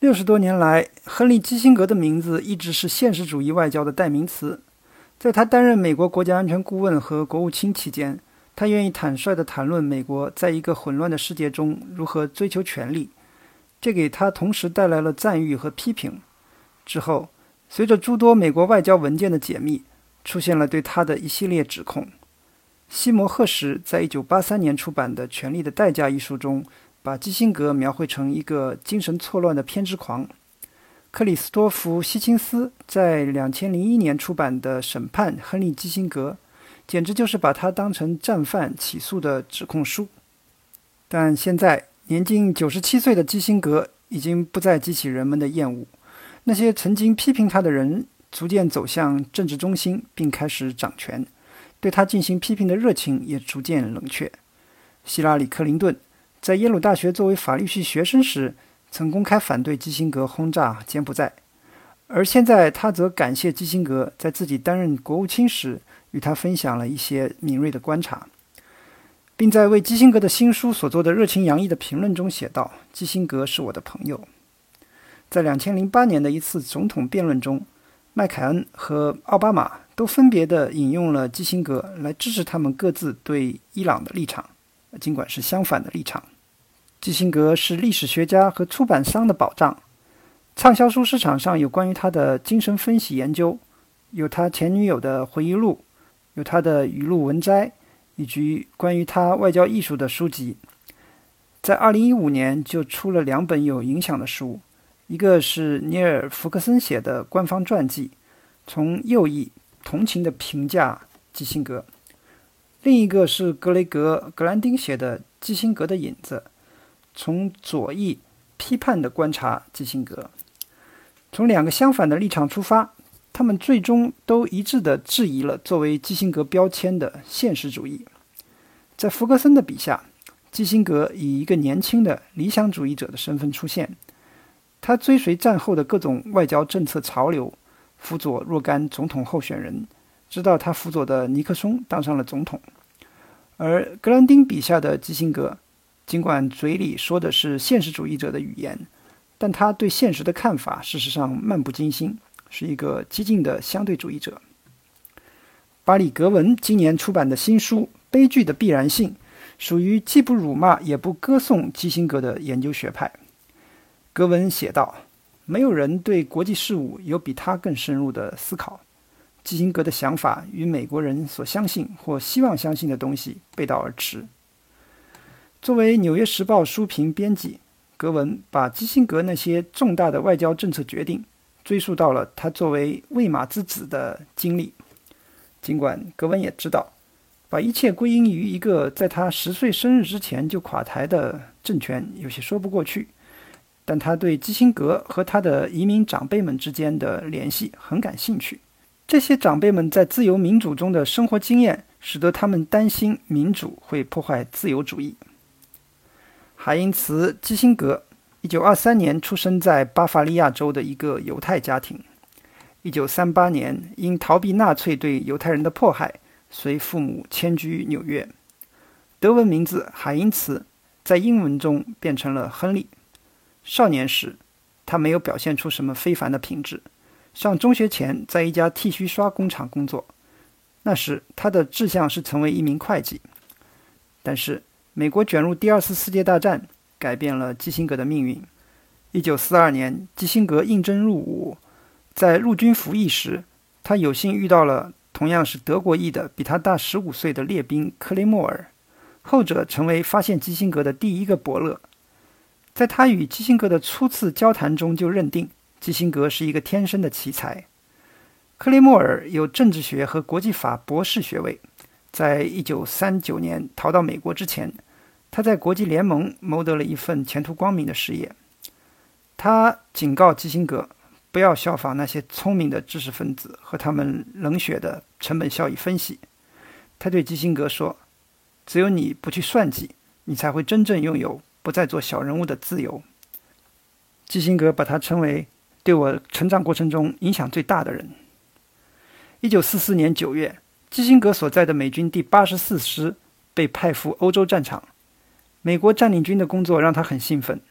60多年来，亨利·基辛格的名字一直是现实主义外交的代名词。在他担任美国国家安全顾问和国务卿期间，他愿意坦率地谈论美国在一个混乱的世界中如何追求权力，这给他同时带来了赞誉和批评。之后，随着诸多美国外交文件的解密，出现了对他的一系列指控。西摩·赫什在1983年出版的《权力的代价》一书中，把基辛格描绘成一个精神错乱的偏执狂。克里斯多夫·希钦斯在2001年出版的《审判亨利·基辛格》，简直就是把他当成战犯起诉的指控书。但现在，年近97岁的基辛格已经不再激起人们的厌恶，那些曾经批评他的人逐渐走向政治中心，并开始掌权，对他进行批评的热情也逐渐冷却。希拉里·克林顿在耶鲁大学作为法律系学生时，曾公开反对基辛格轰炸柬埔寨，而现在他则感谢基辛格在自己担任国务卿时与他分享了一些敏锐的观察，并在为基辛格的新书所做的热情洋溢的评论中写道：基辛格是我的朋友。在2008年的一次总统辩论中，麦凯恩和奥巴马都分别地引用了基辛格来支持他们各自对伊朗的立场，尽管是相反的立场。基辛格是历史学家和出版商的宝藏，畅销书市场上有关于他的精神分析研究，有他前女友的回忆录，有他的语录文摘，以及关于他外交艺术的书籍。在2015年就出了2本有影响的书，一个是尼尔·福克森写的官方传记，从右翼同情地评价基辛格，另一个是格雷格·格兰丁写的《基辛格的影子》，从左翼批判地观察基辛格。从2个相反的立场出发，他们最终都一致地质疑了作为基辛格标签的现实主义。在福克森的笔下，基辛格以一个年轻的理想主义者的身份出现，他追随战后的各种外交政策潮流，辅佐若干总统候选人，直到他辅佐的尼克松当上了总统。而格兰丁笔下的基辛格，尽管嘴里说的是现实主义者的语言，但他对现实的看法事实上漫不经心，是一个激进的相对主义者。巴里·格文今年出版的新书《悲剧的必然性》，属于既不辱骂也不歌颂基辛格的研究学派。格文写道：没有人对国际事务有比他更深入的思考。基辛格的想法与美国人所相信或希望相信的东西背道而驰。作为《纽约时报》书评编辑，格文把基辛格那些重大的外交政策决定追溯到了他作为魏玛之子的经历。尽管格文也知道，把一切归因于一个在他10岁生日之前就垮台的政权有些说不过去，但他对基辛格和他的移民长辈们之间的联系很感兴趣。这些长辈们在自由民主中的生活经验，使得他们担心民主会破坏自由主义。海因茨·基辛格1923年出生在巴伐利亚州的一个犹太家庭。1938年因逃避纳粹对犹太人的迫害，随父母迁居纽约。德文名字海因茨在英文中变成了亨利。少年时，他没有表现出什么非凡的品质。上中学前，在一家剃须刷工厂工作，那时他的志向是成为一名会计。但是美国卷入第2次世界大战，改变了基辛格的命运。1942年，基辛格应征入伍，在陆军服役时，他有幸遇到了同样是德国裔的比他大15岁的列兵克雷默尔，后者成为发现基辛格的第一个伯乐。在他与基辛格的初次交谈中就认定基辛格是一个天生的奇才。克雷默尔有政治学和国际法博士学位，在1939年逃到美国之前，他在国际联盟谋得了一份前途光明的事业。他警告基辛格不要效仿那些聪明的知识分子和他们冷血的成本效益分析。他对基辛格说，只有你不去算计，你才会真正拥有不再做小人物的自由。基辛格把他称为对我成长过程中影响最大的人。1944年9月，基辛格所在的美军第84师被派赴欧洲战场。美国占领军的工作让他很兴奋，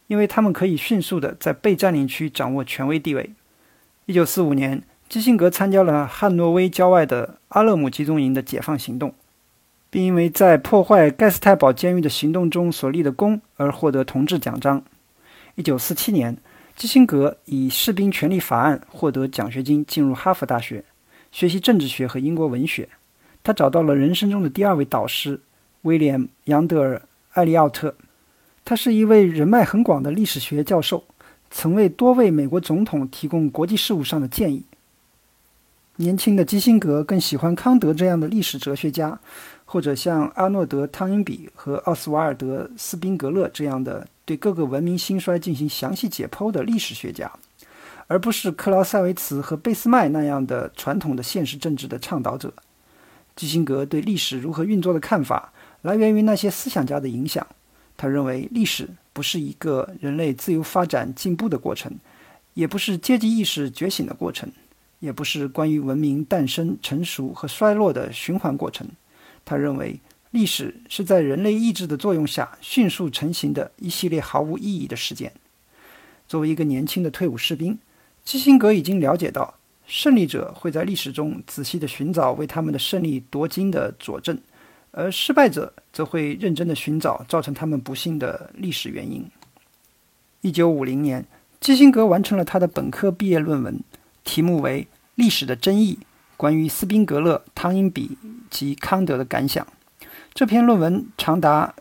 因为他们可以迅速地在被占领区掌握权威地位。1945年，基辛格参加了汉诺威郊外的阿勒姆集中营的解放行动，并因为在破坏盖斯泰堡监狱的行动中所立的功而获得同志奖章。1947年，基辛格以士兵权利法案获得奖学金，进入哈佛大学，学习政治学和英国文学。他找到了人生中的第二位导师威廉·杨德尔·艾利奥特。他是一位人脉很广的历史学教授，曾为多位美国总统提供国际事务上的建议。年轻的基辛格更喜欢康德这样的历史哲学家，或者像阿诺德·汤因比和奥斯瓦尔德·斯宾格勒这样的对各个文明兴衰进行详细解剖的历史学家，而不是克劳塞维茨和俾斯麦那样的传统的现实政治的倡导者。基辛格对历史如何运作的看法来源于那些思想家的影响。他认为历史不是一个人类自由发展进步的过程，也不是阶级意识觉醒的过程，也不是关于文明诞生、成熟和衰落的循环过程。他认为历史是在人类意志的作用下迅速成型的一系列毫无意义的事件。作为一个年轻的退伍士兵，基辛格已经了解到，胜利者会在历史中仔细地寻找为他们的胜利夺金的佐证，而失败者则会认真地寻找造成他们不幸的历史原因。1950年，基辛格完成了他的本科毕业论文，题目为《历史的争议：关于斯宾格勒、汤因比及康德的感想》。这篇论文长达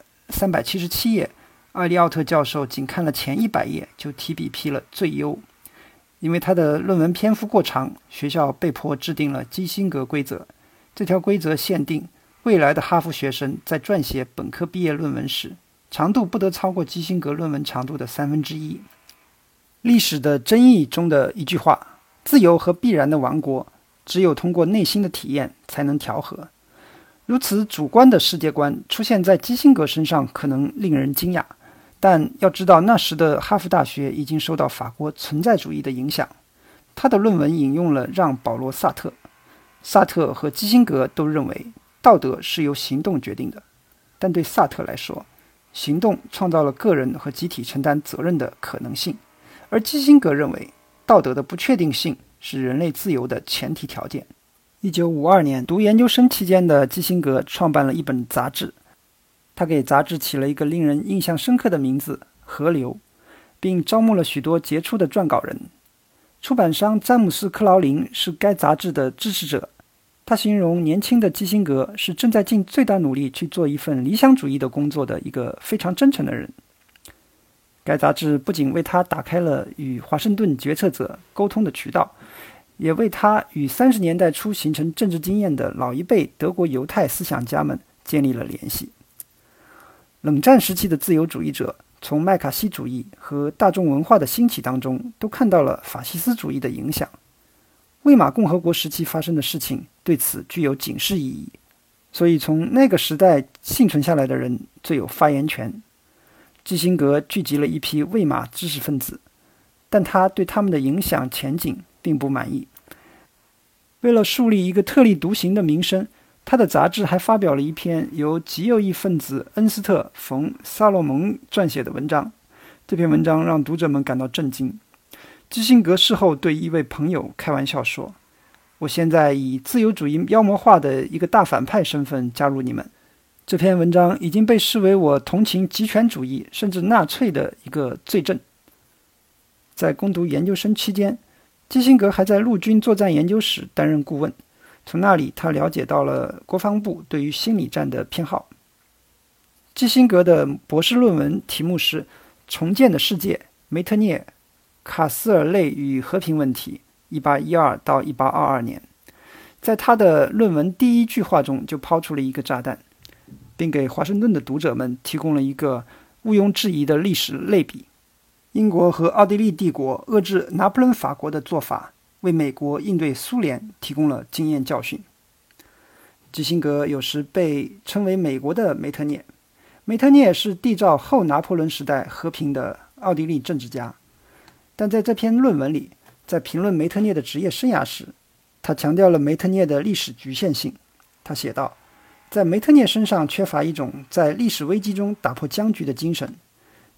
377页，艾利奥特教授仅看了前100页就提笔批了最优。因为他的论文篇幅过长，学校被迫制定了基辛格规则。这条规则限定未来的哈佛学生在撰写本科毕业论文时，长度不得超过基辛格论文长度的1/3。历史的争议中的一句话：自由和必然的亡国，只有通过内心的体验才能调和。如此主观的世界观出现在基辛格身上可能令人惊讶，但要知道那时的哈佛大学已经受到法国存在主义的影响。他的论文引用了让·保罗·萨特。萨特和基辛格都认为道德是由行动决定的，但对萨特来说，行动创造了个人和集体承担责任的可能性，而基辛格认为道德的不确定性是人类自由的前提条件。1952年，读研究生期间的基辛格创办了一本杂志，他给杂志起了一个令人印象深刻的名字“河流”，并招募了许多杰出的撰稿人。出版商詹姆斯·克劳林是该杂志的支持者，他形容年轻的基辛格是正在尽最大努力去做一份理想主义的工作的一个非常真诚的人。该杂志不仅为他打开了与华盛顿决策者沟通的渠道，也为他与30年代初形成政治经验的老一辈德国犹太思想家们建立了联系。冷战时期的自由主义者从麦卡锡主义和大众文化的兴起当中都看到了法西斯主义的影响。魏玛共和国时期发生的事情对此具有警示意义，所以从那个时代幸存下来的人最有发言权。基辛格聚集了一批魏玛知识分子，但他对他们的影响前景并不满意。为了树立一个特立独行的名声，他的杂志还发表了一篇由极右翼分子恩斯特·冯·萨洛蒙撰写的文章。这篇文章让读者们感到震惊。基辛格事后对一位朋友开玩笑说：“我现在以自由主义妖魔化的一个大反派身份加入你们。这篇文章已经被视为我同情极权主义甚至纳粹的一个罪证。”在攻读研究生期间，基辛格还在陆军作战研究室担任顾问，从那里他了解到了国防部对于心理战的偏好。基辛格的博士论文题目是《重建的世界：梅特涅、卡斯尔类与和平问题（1812到1822年）。在他的论文第一句话中就抛出了一个炸弹，并给华盛顿的读者们提供了一个毋庸置疑的历史类比。英国和奥地利帝国遏制拿破仑法国的做法，为美国应对苏联提供了经验教训。基辛格有时被称为美国的梅特涅。梅特涅是缔造后拿破仑时代和平的奥地利政治家，但在这篇论文里，在评论梅特涅的职业生涯时，他强调了梅特涅的历史局限性。他写道，在梅特涅身上缺乏一种在历史危机中打破僵局的精神。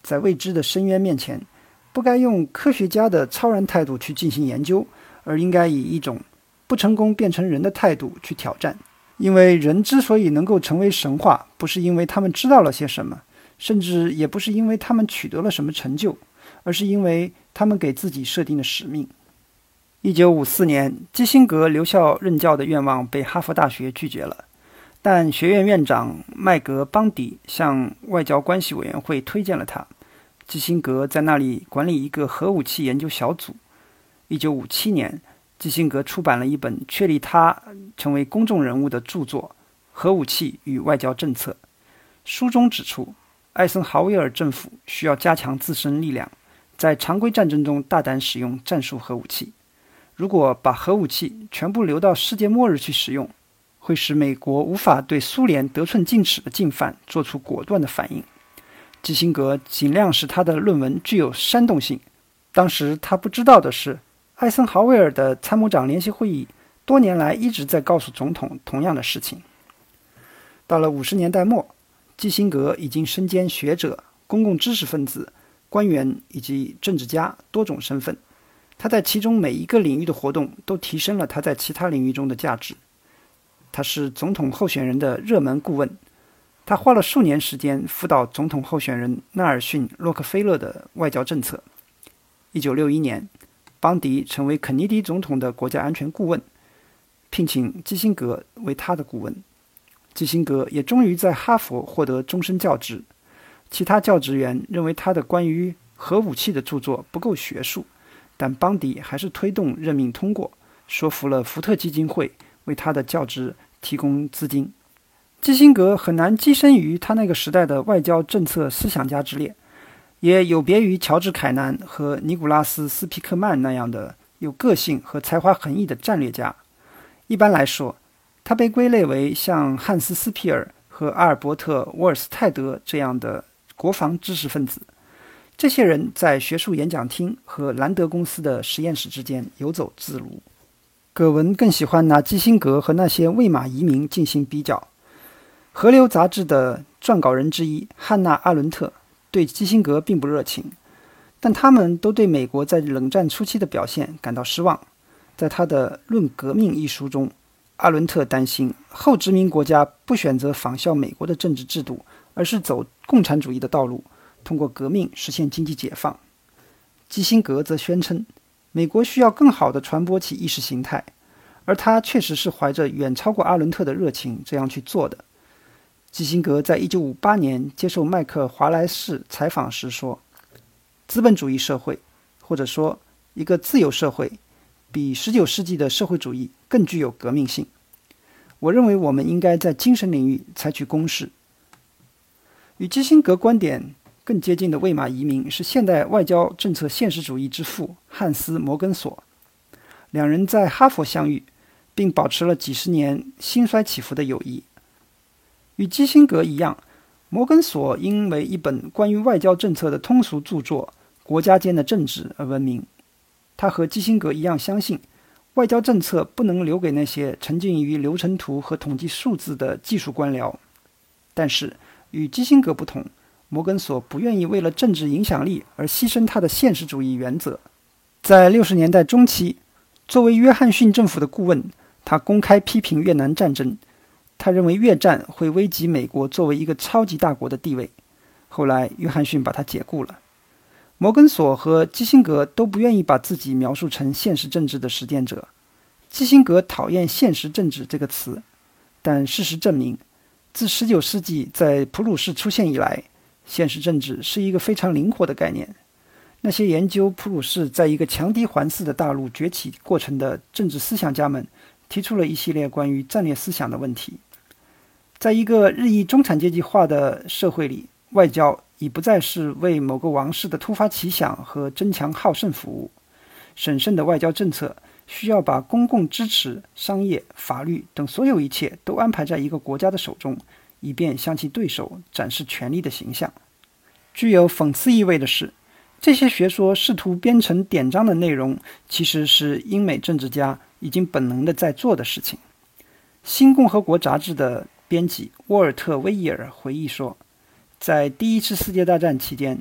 在未知的深渊面前，不该用科学家的超然态度去进行研究，而应该以一种不成功变成人的态度去挑战。因为人之所以能够成为神话，不是因为他们知道了些什么，甚至也不是因为他们取得了什么成就，而是因为他们给自己设定的使命。1954年，基辛格留校任教的愿望被哈佛大学拒绝了，但学院院长麦格邦迪向外交关系委员会推荐了他。基辛格在那里管理一个核武器研究小组。1957年，基辛格出版了一本确立他成为公众人物的著作《核武器与外交政策》。书中指出，艾森豪威尔政府需要加强自身力量，在常规战争中大胆使用战术核武器。如果把核武器全部留到世界末日去使用，会使美国无法对苏联得寸进尺的进犯做出果断的反应。基辛格尽量使他的论文具有煽动性。当时他不知道的是，艾森豪威尔的参谋长联席会议多年来一直在告诉总统同样的事情。到了50年代末，基辛格已经身兼学者、公共知识分子、官员以及政治家多种身份。他在其中每一个领域的活动都提升了他在其他领域中的价值。他是总统候选人的热门顾问，他花了数年时间辅导总统候选人纳尔逊·洛克菲勒的外交政策。1961年，邦迪成为肯尼迪总统的国家安全顾问，聘请基辛格为他的顾问。基辛格也终于在哈佛获得终身教职。其他教职员认为他的关于核武器的著作不够学术，但邦迪还是推动任命通过，说服了福特基金会为他的教职提供资金。基辛格很难跻身于他那个时代的外交政策思想家之列，也有别于乔治·凯南和尼古拉斯·斯皮克曼那样的有个性和才华横溢的战略家。一般来说，他被归类为像汉斯·斯皮尔和阿尔伯特·沃尔斯泰德这样的国防知识分子。这些人在学术演讲厅和兰德公司的实验室之间游走自如。葛文更喜欢拿基辛格和那些魏玛移民进行比较。河流杂志的撰稿人之一汉娜·阿伦特对基辛格并不热情，但他们都对美国在冷战初期的表现感到失望。在他的《论革命》一书中，阿伦特担心后殖民国家不选择仿效美国的政治制度，而是走共产主义的道路，通过革命实现经济解放。基辛格则宣称，美国需要更好地传播其意识形态，而他确实是怀着远超过阿伦特的热情这样去做的。基辛格在1958年接受麦克华莱士采访时说，资本主义社会，或者说一个自由社会，比19世纪的社会主义更具有革命性。我认为我们应该在精神领域采取攻势。与基辛格观点更接近的魏玛移民是现代外交政策现实主义之父汉斯·摩根索。两人在哈佛相遇，并保持了几十年兴衰起伏的友谊。与基辛格一样，摩根索因为一本关于外交政策的通俗著作《国家间的政治》而闻名。他和基辛格一样相信，外交政策不能留给那些沉浸于流程图和统计数字的技术官僚。但是与基辛格不同，摩根索不愿意为了政治影响力而牺牲他的现实主义原则。在60年代中期，作为约翰逊政府的顾问，他公开批评越南战争。他认为越战会危及美国作为一个超级大国的地位。后来约翰逊把他解雇了。摩根索和基辛格都不愿意把自己描述成现实政治的实践者。基辛格讨厌现实政治这个词，但事实证明，自19世纪在普鲁士出现以来，现实政治是一个非常灵活的概念。那些研究普鲁士在一个强敌环伺的大陆崛起过程的政治思想家们提出了一系列关于战略思想的问题。在一个日益中产阶级化的社会里，外交已不再是为某个王室的突发奇想和争强好胜服务。审慎的外交政策需要把公共支持、商业、法律等所有一切都安排在一个国家的手中，以便向其对手展示权力的形象。具有讽刺意味的是，这些学说试图编成典章的内容，其实是英美政治家已经本能地在做的事情。新共和国杂志的编辑沃尔特·威伊尔回忆说，在第一次世界大战期间，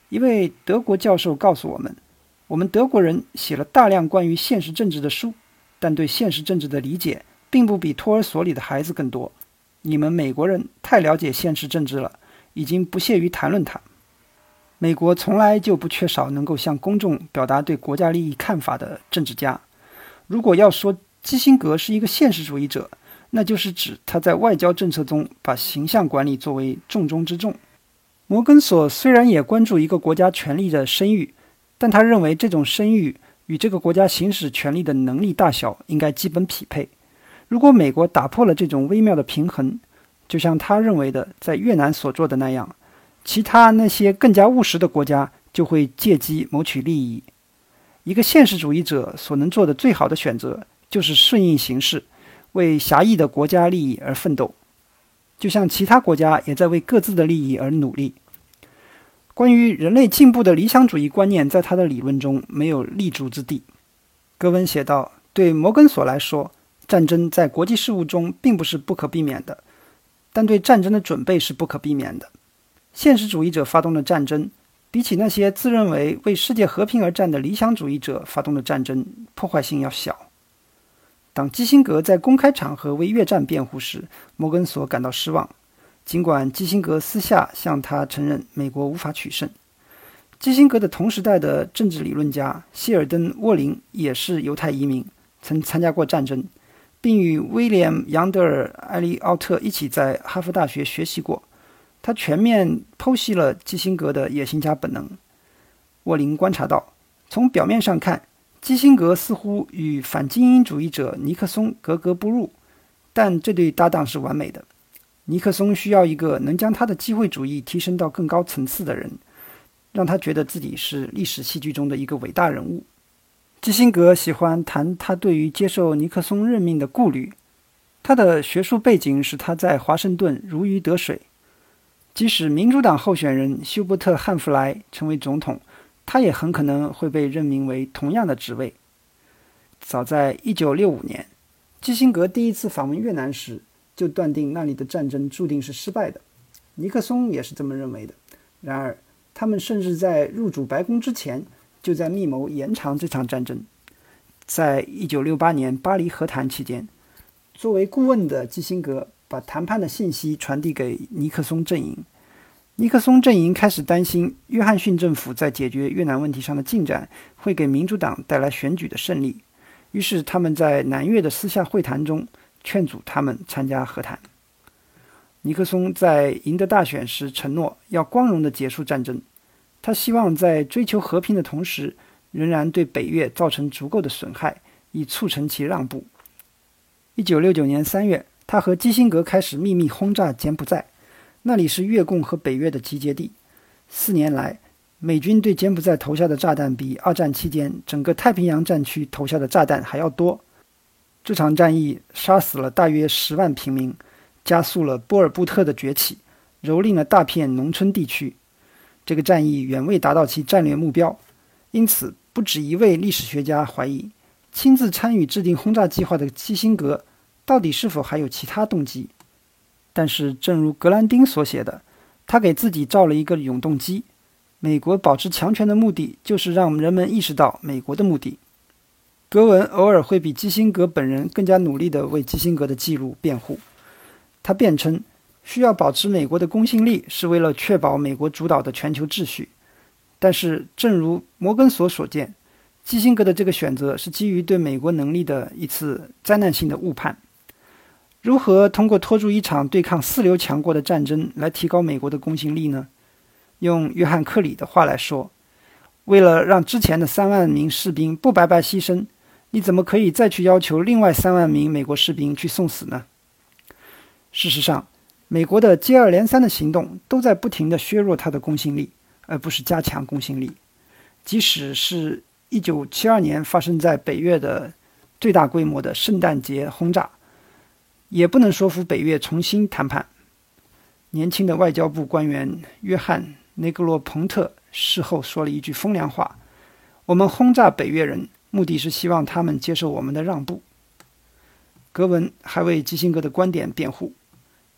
一位德国教授告诉我们，我们德国人写了大量关于现实政治的书，但对现实政治的理解并不比托儿所里的孩子更多。你们美国人太了解现实政治了，已经不屑于谈论它。美国从来就不缺少能够向公众表达对国家利益看法的政治家。如果要说基辛格是一个现实主义者，那就是指他在外交政策中把形象管理作为重中之重。摩根索虽然也关注一个国家权力的声誉，但他认为这种声誉与这个国家行使权力的能力大小应该基本匹配。如果美国打破了这种微妙的平衡，就像他认为的在越南所做的那样，其他那些更加务实的国家就会借机谋取利益。一个现实主义者所能做的最好的选择就是顺应形势，为狭义的国家利益而奋斗，就像其他国家也在为各自的利益而努力。关于人类进步的理想主义观念在他的理论中没有立足之地。格文写道，对摩根索来说，战争在国际事务中并不是不可避免的，但对战争的准备是不可避免的。现实主义者发动的战争，比起那些自认为为世界和平而战的理想主义者发动的战争，破坏性要小。当基辛格在公开场合为越战辩护时，摩根索感到失望，尽管基辛格私下向他承认美国无法取胜。基辛格的同时代的政治理论家希尔登·沃林也是犹太移民，曾参加过战争，并与威廉·杨德尔·埃利奥特一起在哈佛大学学习过。他全面剖析了基辛格的野心家本能。沃林观察到，从表面上看，基辛格似乎与反精英主义者尼克松格格不入，但这对搭档是完美的。尼克松需要一个能将他的机会主义提升到更高层次的人，让他觉得自己是历史戏剧中的一个伟大人物。基辛格喜欢谈他对于接受尼克松任命的顾虑，他的学术背景使他在华盛顿如鱼得水。即使民主党候选人休伯特·汉弗莱成为总统，他也很可能会被任命为同样的职位。早在1965年，基辛格第一次访问越南时，就断定那里的战争注定是失败的。尼克松也是这么认为的。然而，他们甚至在入主白宫之前，就在密谋延长这场战争。在1968年巴黎和谈期间，作为顾问的基辛格把谈判的信息传递给尼克松阵营。尼克松阵营开始担心约翰逊政府在解决越南问题上的进展会给民主党带来选举的胜利，于是他们在南越的私下会谈中劝阻他们参加和谈。尼克松在赢得大选时承诺要光荣地结束战争，他希望在追求和平的同时，仍然对北越造成足够的损害，以促成其让步。1969年3月，他和基辛格开始秘密轰炸柬埔寨，那里是越共和北越的集结地。4年来，美军对柬埔寨投下的炸弹比二战期间整个太平洋战区投下的炸弹还要多。这场战役杀死了大约10万平民，加速了波尔布特的崛起，蹂躏了大片农村地区。这个战役远未达到其战略目标，因此不止一位历史学家怀疑，亲自参与制定轰炸计划的基辛格到底是否还有其他动机。但是正如格兰丁所写的，他给自己造了一个永动机。美国保持强权的目的就是让人们意识到美国的目的。格文偶尔会比基辛格本人更加努力地为基辛格的记录辩护。他辩称，需要保持美国的公信力是为了确保美国主导的全球秩序。但是正如摩根索所见，基辛格的这个选择是基于对美国能力的一次灾难性的误判。如何通过拖住一场对抗四流强国的战争来提高美国的公信力呢？用约翰·克里的话来说，为了让之前的3万名士兵不白白牺牲，你怎么可以再去要求另外3万名美国士兵去送死呢？事实上，美国的接二连三的行动都在不停地削弱它的公信力，而不是加强公信力。即使是1972年发生在北越的最大规模的圣诞节轰炸，也不能说服北越重新谈判。年轻的外交部官员约翰·内格罗彭特事后说了一句风凉话：我们轰炸北越人，目的是希望他们接受我们的让步。格文还为基辛格的观点辩护。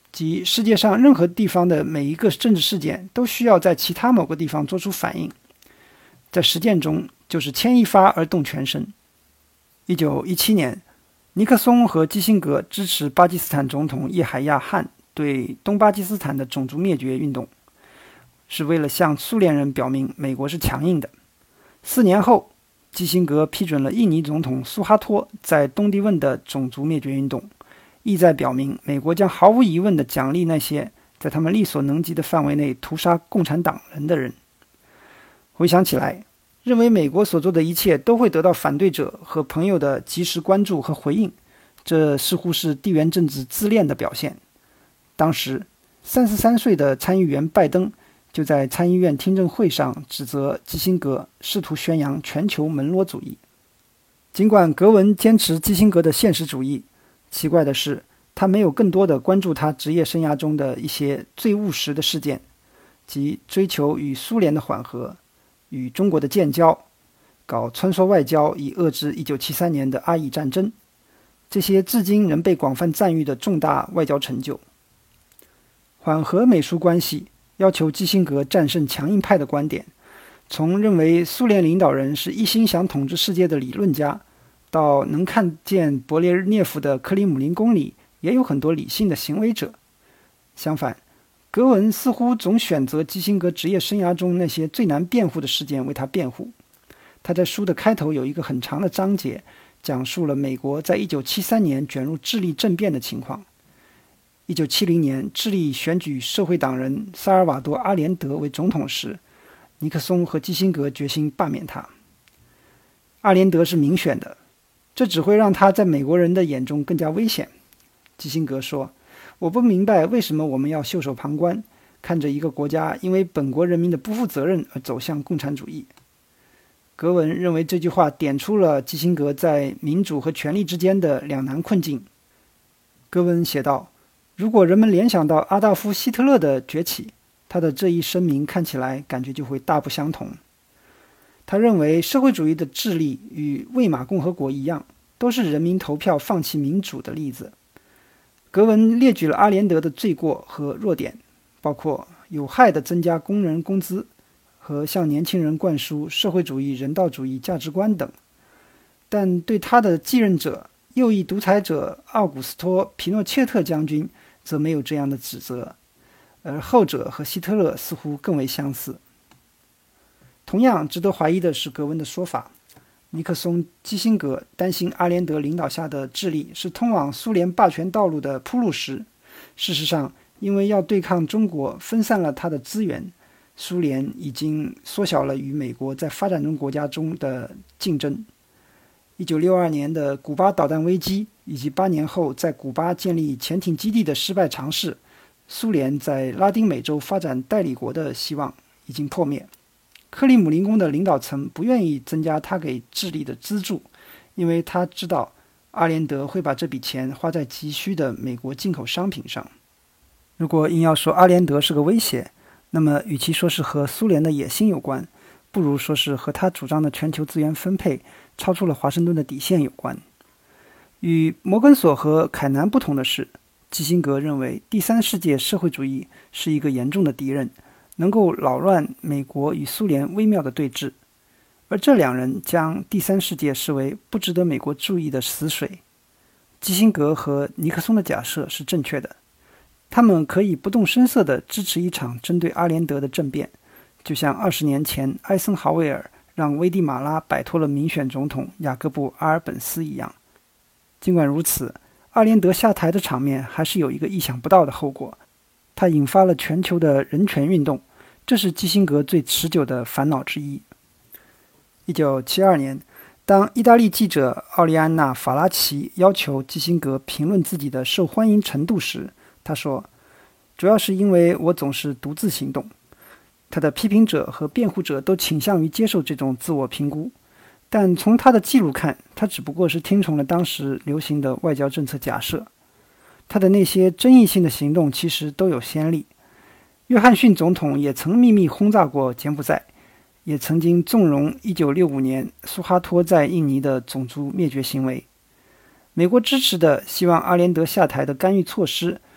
即世界上任何地方的每一个政治事件都需要在其他某个地方做出反应，在实践中就是牵一发而动全身。1917年，尼克松和基辛格支持巴基斯坦总统叶海亚·汗对东巴基斯坦的种族灭绝运动，是为了向苏联人表明美国是强硬的。4年后，基辛格批准了印尼总统苏哈托在东帝汶的种族灭绝运动，意在表明美国将毫无疑问地奖励那些在他们力所能及的范围内屠杀共产党人的人。回想起来，认为美国所做的一切都会得到反对者和朋友的及时关注和回应，这似乎是地缘政治自恋的表现。当时33岁的参议员拜登就在参议院听证会上指责基辛格试图宣扬全球门罗主义。尽管格文坚持基辛格的现实主义，奇怪的是，他没有更多的关注他职业生涯中的一些最务实的事件，即追求与苏联的缓和、与中国的建交、搞穿梭外交以遏制1973年的阿以战争，这些至今仍被广泛赞誉的重大外交成就。缓和美苏关系要求基辛格战胜强硬派的观点，从认为苏联领导人是一心想统治世界的理论家，到能看见勃列日涅夫的克里姆林宫里也有很多理性的行为者。相反，格文似乎总选择基辛格职业生涯中那些最难辩护的事件为他辩护。他在书的开头有一个很长的章节，讲述了美国在1973年卷入智利政变的情况。1970年，智利选举社会党人萨尔瓦多·阿连德为总统时，尼克松和基辛格决心罢免他。阿连德是民选的，这只会让他在美国人的眼中更加危险。基辛格说：“我不明白为什么我们要袖手旁观，看着一个国家因为本国人民的不负责任而走向共产主义。”格文认为这句话点出了基辛格在民主和权力之间的两难困境。格文写道：“如果人们联想到阿道夫·希特勒的崛起，他的这一声明看起来感觉就会大不相同。”他认为社会主义的智利与魏玛共和国一样，都是人民投票放弃民主的例子。格文列举了阿连德的罪过和弱点，包括有害的增加工人工资和向年轻人灌输社会主义人道主义价值观等。但对他的继任者右翼独裁者奥古斯托·皮诺切特将军则没有这样的指责，而后者和希特勒似乎更为相似。同样值得怀疑的是格文的说法，尼克松、基辛格担心阿连德领导下的智利是通往苏联霸权道路的铺路石。事实上，因为要对抗中国分散了他的资源，苏联已经缩小了与美国在发展中国家中的竞争。1962年的古巴导弹危机以及8年后在古巴建立潜艇基地的失败尝试，苏联在拉丁美洲发展代理国的希望已经破灭。克里姆林宫的领导层不愿意增加他给智利的资助，因为他知道阿连德会把这笔钱花在急需的美国进口商品上。如果硬要说阿连德是个威胁，那么与其说是和苏联的野心有关，不如说是和他主张的全球资源分配超出了华盛顿的底线有关。与摩根索和凯南不同的是，基辛格认为第三世界社会主义是一个严重的敌人，能够扰乱美国与苏联微妙的对峙，而这两人将第三世界视为不值得美国注意的死水。基辛格和尼克松的假设是正确的，他们可以不动声色地支持一场针对阿连德的政变，就像20年前艾森豪威尔让危地马拉摆脱了民选总统雅各布·阿尔本斯一样。尽管如此，阿连德下台的场面还是有一个意想不到的后果，它引发了全球的人权运动，这是基辛格最持久的烦恼之一。1972年，当意大利记者奥利安娜·法拉奇要求基辛格评论自己的受欢迎程度时，他说：“主要是因为我总是独自行动。”他的批评者和辩护者都倾向于接受这种自我评估，但从他的记录看，他只不过是听从了当时流行的外交政策假设。他的那些争议性的行动其实都有先例。约翰逊总统也曾秘密轰炸过柬埔寨，也曾经纵容1965年苏哈托在印尼的种族灭绝行为。美国支持的希望阿连德下台的干预措施，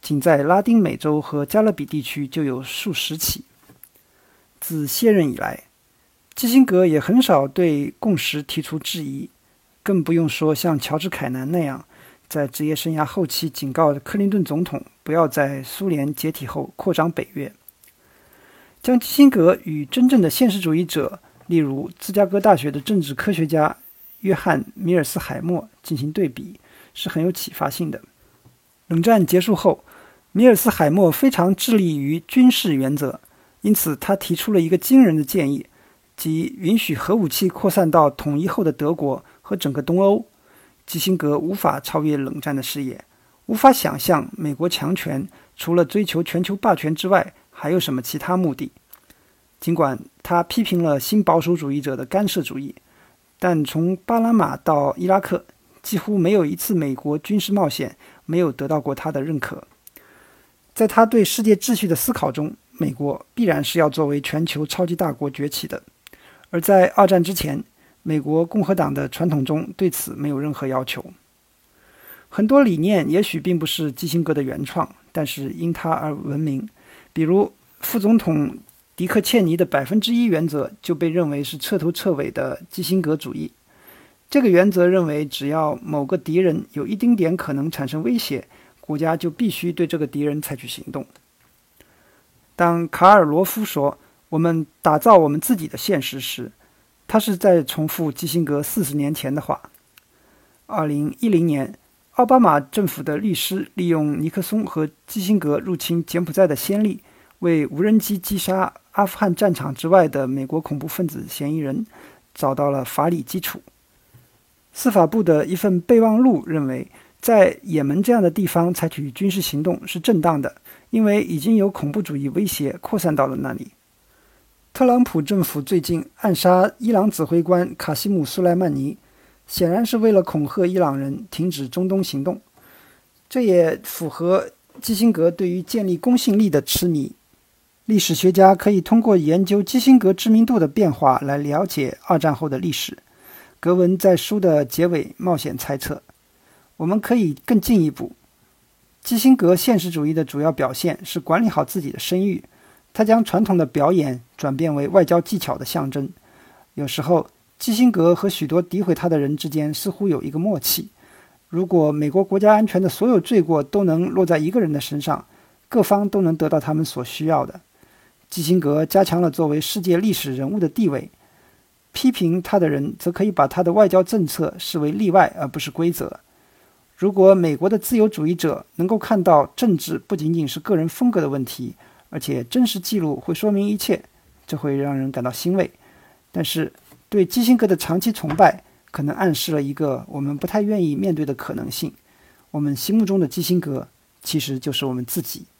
仅在拉丁美洲和加勒比地区就有数十起。自卸任以来，基辛格也很少对共识提出质疑，更不用说像乔治·凯南那样，在职业生涯后期警告克林顿总统不要在苏联解体后扩张北约。将基辛格与真正的现实主义者，例如芝加哥大学的政治科学家约翰·米尔斯海默进行对比，是很有启发性的。冷战结束后，米尔斯海默非常致力于军事原则，因此他提出了一个惊人的建议，即允许核武器扩散到统一后的德国和整个东欧。基辛格无法超越冷战的视野，无法想象美国强权除了追求全球霸权之外还有什么其他目的。尽管他批评了新保守主义者的干涉主义，但从巴拿马到伊拉克，几乎没有一次美国军事冒险没有得到过他的认可。在他对世界秩序的思考中，美国必然是要作为全球超级大国崛起的。而在二战之前，美国共和党的传统中对此没有任何要求。很多理念也许并不是基辛格的原创，但是因他而闻名。比如副总统迪克·切尼的1%原则就被认为是彻头彻尾的基辛格主义。这个原则认为，只要某个敌人有一丁点可能产生威胁，国家就必须对这个敌人采取行动。当卡尔罗夫说我们打造我们自己的现实时，他是在重复基辛格40年前的话。2010年，奥巴马政府的律师利用尼克松和基辛格入侵柬埔寨的先例，为无人机击杀阿富汗战场之外的美国恐怖分子嫌疑人找到了法理基础。司法部的一份备忘录认为，在也门这样的地方采取军事行动是正当的，因为已经有恐怖主义威胁扩散到了那里。特朗普政府最近暗杀伊朗指挥官卡西姆·苏莱曼尼，显然是为了恐吓伊朗人停止中东行动。这也符合基辛格对于建立公信力的痴迷。历史学家可以通过研究基辛格知名度的变化来了解二战后的历史。格文在书的结尾冒险猜测，我们可以更进一步。基辛格现实主义的主要表现是管理好自己的声誉，他将传统的表演转变为外交技巧的象征。有时候，基辛格和许多诋毁他的人之间似乎有一个默契。如果美国国家安全的所有罪过都能落在一个人的身上，各方都能得到他们所需要的。基辛格加强了作为世界历史人物的地位，批评他的人则可以把他的外交政策视为例外而不是规则。如果美国的自由主义者能够看到政治不仅仅是个人风格的问题，而且真实记录会说明一切，这会让人感到欣慰。但是对基辛格的长期崇拜可能暗示了一个我们不太愿意面对的可能性：我们心目中的基辛格其实就是我们自己。